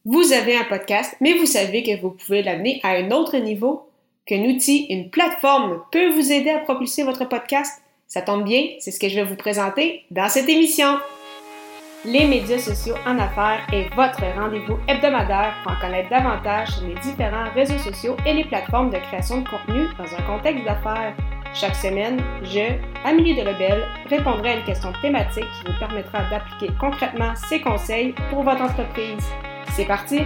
Vous avez un podcast, mais vous savez que vous pouvez l'amener à un autre niveau, qu'un outil, une plateforme peut vous aider à propulser votre podcast. Ça tombe bien, c'est ce que je vais vous présenter dans cette émission. Les médias sociaux en affaires est votre rendez-vous hebdomadaire pour en connaître davantage sur les différents réseaux sociaux et les plateformes de création de contenu dans un contexte d'affaires. Chaque semaine, je, Amélie Delobel, répondrai à une question thématique qui vous permettra d'appliquer concrètement ces conseils pour votre entreprise. C'est parti!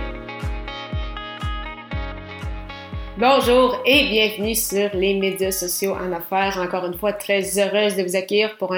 Bonjour et bienvenue sur les médias sociaux en affaires. Encore une fois, très heureuse de vous accueillir pour un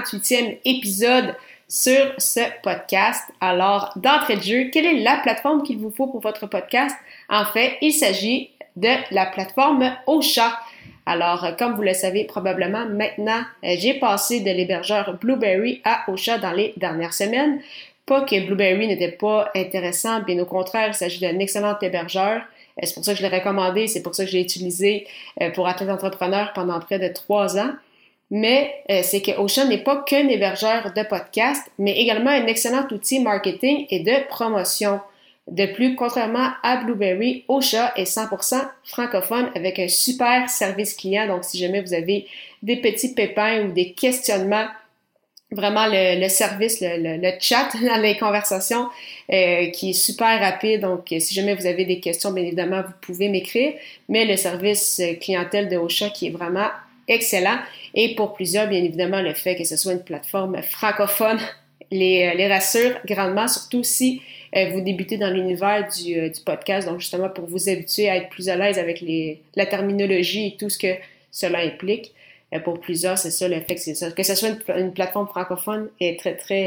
48e épisode sur ce podcast. Alors, d'entrée de jeu, quelle est la plateforme qu'il vous faut pour votre podcast? En fait, il s'agit de la plateforme Ocha. Alors, comme vous le savez probablement, maintenant, j'ai passé de l'hébergeur Blubrry à Ocha dans les dernières semaines. Pas que Blubrry n'était pas intéressant, bien au contraire, il s'agit d'un excellent hébergeur. C'est pour ça que je l'ai recommandé, c'est pour ça que je l'ai utilisé pour athlètes entrepreneurs pendant près de 3 ans. Mais c'est que Ocha n'est pas qu'un hébergeur de podcast, mais également un excellent outil marketing et de promotion. De plus, contrairement à Blubrry, Ocha est 100% francophone avec un super service client. Donc, si jamais vous avez des petits pépins ou des questionnements, vraiment le service, le chat dans les conversations qui est super rapide. Donc, si jamais vous avez des questions, bien évidemment, vous pouvez m'écrire. Mais le service clientèle de Ocha qui est vraiment excellent. Et pour plusieurs, bien évidemment, le fait que ce soit une plateforme francophone les rassure grandement, surtout si vous débutez dans l'univers du podcast. Donc, justement, pour vous habituer à être plus à l'aise avec la terminologie et tout ce que cela implique. Pour plusieurs, c'est ça le fait que ce soit une plateforme francophone est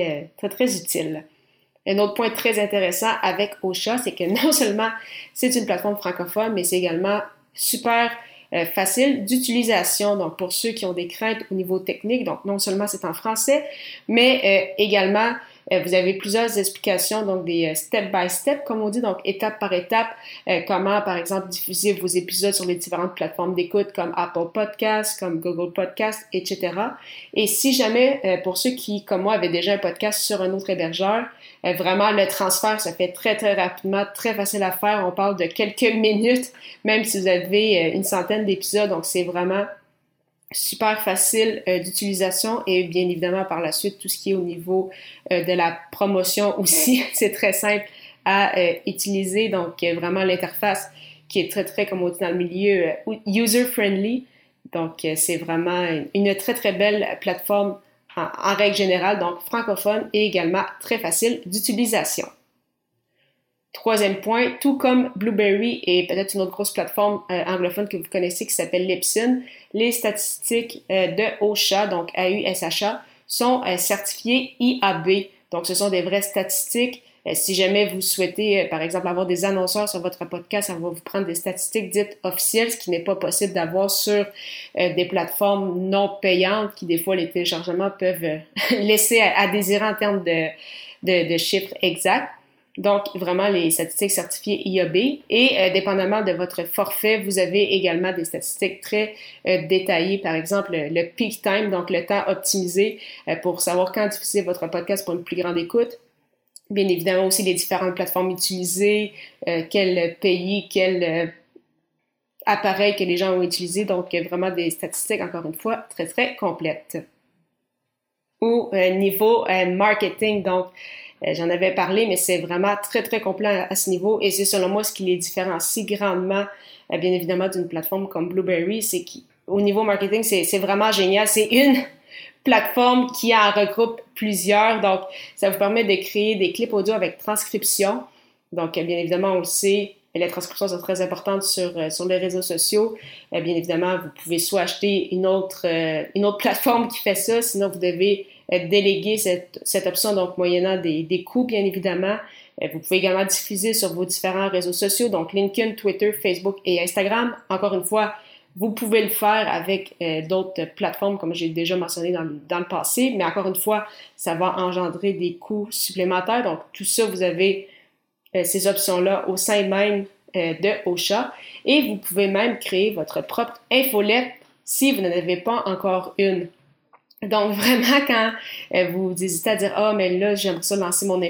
très utile. Un autre point très intéressant avec Ocha, c'est que non seulement c'est une plateforme francophone, mais c'est également super facile d'utilisation. Donc, pour ceux qui ont des craintes au niveau technique, donc non seulement c'est en français, mais également vous avez plusieurs explications, donc des step by step, comme on dit, donc étape par étape, comment, par exemple, diffuser vos épisodes sur les différentes plateformes d'écoute comme Apple Podcasts, comme Google Podcasts, etc. Et si jamais, pour ceux qui, comme moi, avaient déjà un podcast sur un autre hébergeur, vraiment, le transfert se fait très rapidement, très facile à faire. On parle de quelques minutes, même si vous avez une centaine d'épisodes, donc c'est vraiment super facile d'utilisation et bien évidemment par la suite tout ce qui est au niveau de la promotion aussi, c'est très simple à utiliser, donc vraiment l'interface qui est très comme on dit dans le milieu user-friendly, donc c'est vraiment une très belle plateforme en règle générale, donc francophone et également très facile d'utilisation. Troisième point, tout comme Blubrry et peut-être une autre grosse plateforme anglophone que vous connaissez qui s'appelle Libsyn, les statistiques de Ocha, donc AUSHA, sont certifiées IAB. Donc, ce sont des vraies statistiques. Si jamais vous souhaitez, par exemple, avoir des annonceurs sur votre podcast, ça va vous prendre des statistiques dites officielles, ce qui n'est pas possible d'avoir sur des plateformes non payantes qui, des fois, les téléchargements peuvent laisser à désirer en termes de chiffres exacts. Donc, vraiment, les statistiques certifiées IAB. Et dépendamment de votre forfait, vous avez également des statistiques très détaillées. Par exemple, le peak time, donc le temps optimisé pour savoir quand diffuser votre podcast pour une plus grande écoute. Bien évidemment aussi les différentes plateformes utilisées, quel pays, quel appareil que les gens ont utilisé. Donc, vraiment des statistiques, encore une fois, très complètes. Au niveau marketing, donc, j'en avais parlé, mais c'est vraiment très complet à ce niveau et c'est selon moi ce qui les différencie grandement, bien évidemment, d'une plateforme comme Blubrry, c'est qu'au niveau marketing, c'est vraiment génial. C'est une plateforme qui en regroupe plusieurs, donc ça vous permet de créer des clips audio avec transcription. Donc, bien évidemment, on le sait, les transcriptions sont très importantes sur les réseaux sociaux. Bien évidemment, vous pouvez soit acheter une autre plateforme qui fait ça, sinon vous devez déléguer cette option, donc moyennant des coûts, bien évidemment. Vous pouvez également diffuser sur vos différents réseaux sociaux, donc LinkedIn, Twitter, Facebook et Instagram. Encore une fois, vous pouvez le faire avec d'autres plateformes, comme j'ai déjà mentionné dans le passé, mais encore une fois, ça va engendrer des coûts supplémentaires. Donc, tout ça, vous avez ces options-là au sein même de Ocha. Et vous pouvez même créer votre propre infolette si vous n'en avez pas encore une. Donc, vraiment, quand vous hésitez à dire « Ah, mais là, j'aimerais ça lancer mon infolette »,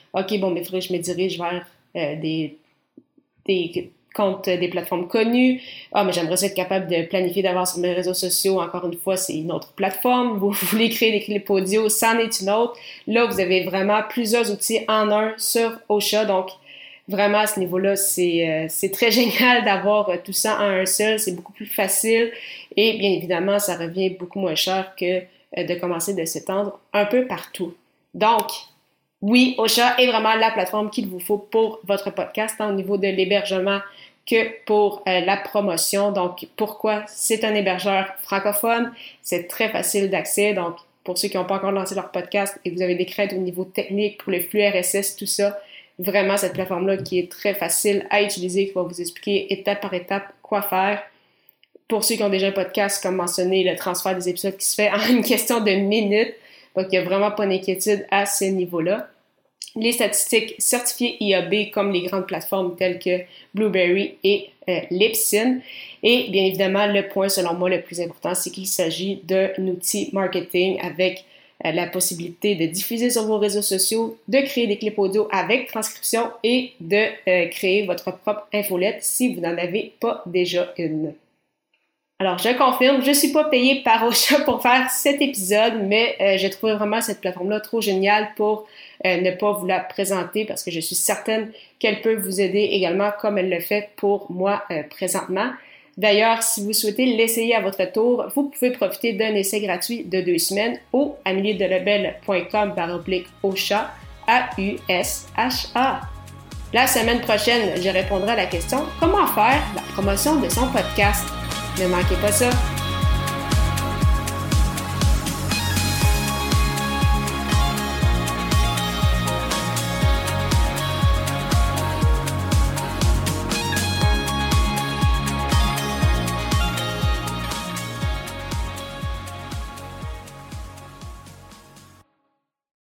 OK, bon, mais il faudrait que je me dirige vers des comptes des plateformes connues. Ah, mais j'aimerais être capable de planifier d'avance sur mes réseaux sociaux. Encore une fois, c'est une autre plateforme. Vous voulez créer des clips audio, c'en est une autre. Là, vous avez vraiment plusieurs outils en un sur Osha. Donc, vraiment, à ce niveau-là, c'est très génial d'avoir tout ça en un seul. C'est beaucoup plus facile. Et bien évidemment, ça revient beaucoup moins cher que de commencer de s'étendre un peu partout. Donc, oui, Osha est vraiment la plateforme qu'il vous faut pour votre podcast, tant au niveau de l'hébergement que pour la promotion. Donc, pourquoi? C'est un hébergeur francophone, c'est très facile d'accès. Donc, pour ceux qui n'ont pas encore lancé leur podcast et que vous avez des craintes au niveau technique pour le flux RSS, tout ça, vraiment cette plateforme-là qui est très facile à utiliser, qui va vous expliquer étape par étape quoi faire. Pour ceux qui ont déjà un podcast, comme mentionné, le transfert des épisodes qui se fait en une question de minutes. Donc, il n'y a vraiment pas d'inquiétude à ce niveau-là. Les statistiques certifiées IAB comme les grandes plateformes telles que Blueberry et Libsyn. Et bien évidemment, le point selon moi le plus important, c'est qu'il s'agit d'un outil marketing avec la possibilité de diffuser sur vos réseaux sociaux, de créer des clips audio avec transcription et de créer votre propre infolette si vous n'en avez pas déjà une. Alors, je confirme, je ne suis pas payée par Osha pour faire cet épisode, mais j'ai trouvé vraiment cette plateforme-là trop géniale pour ne pas vous la présenter parce que je suis certaine qu'elle peut vous aider également comme elle le fait pour moi présentement. D'ailleurs, si vous souhaitez l'essayer à votre tour, vous pouvez profiter d'un essai gratuit de 2 semaines au améliedelebel.com/Osha, AUSHA. La semaine prochaine, je répondrai à la question « Comment faire la promotion de son podcast ?» Ne manquez pas ça!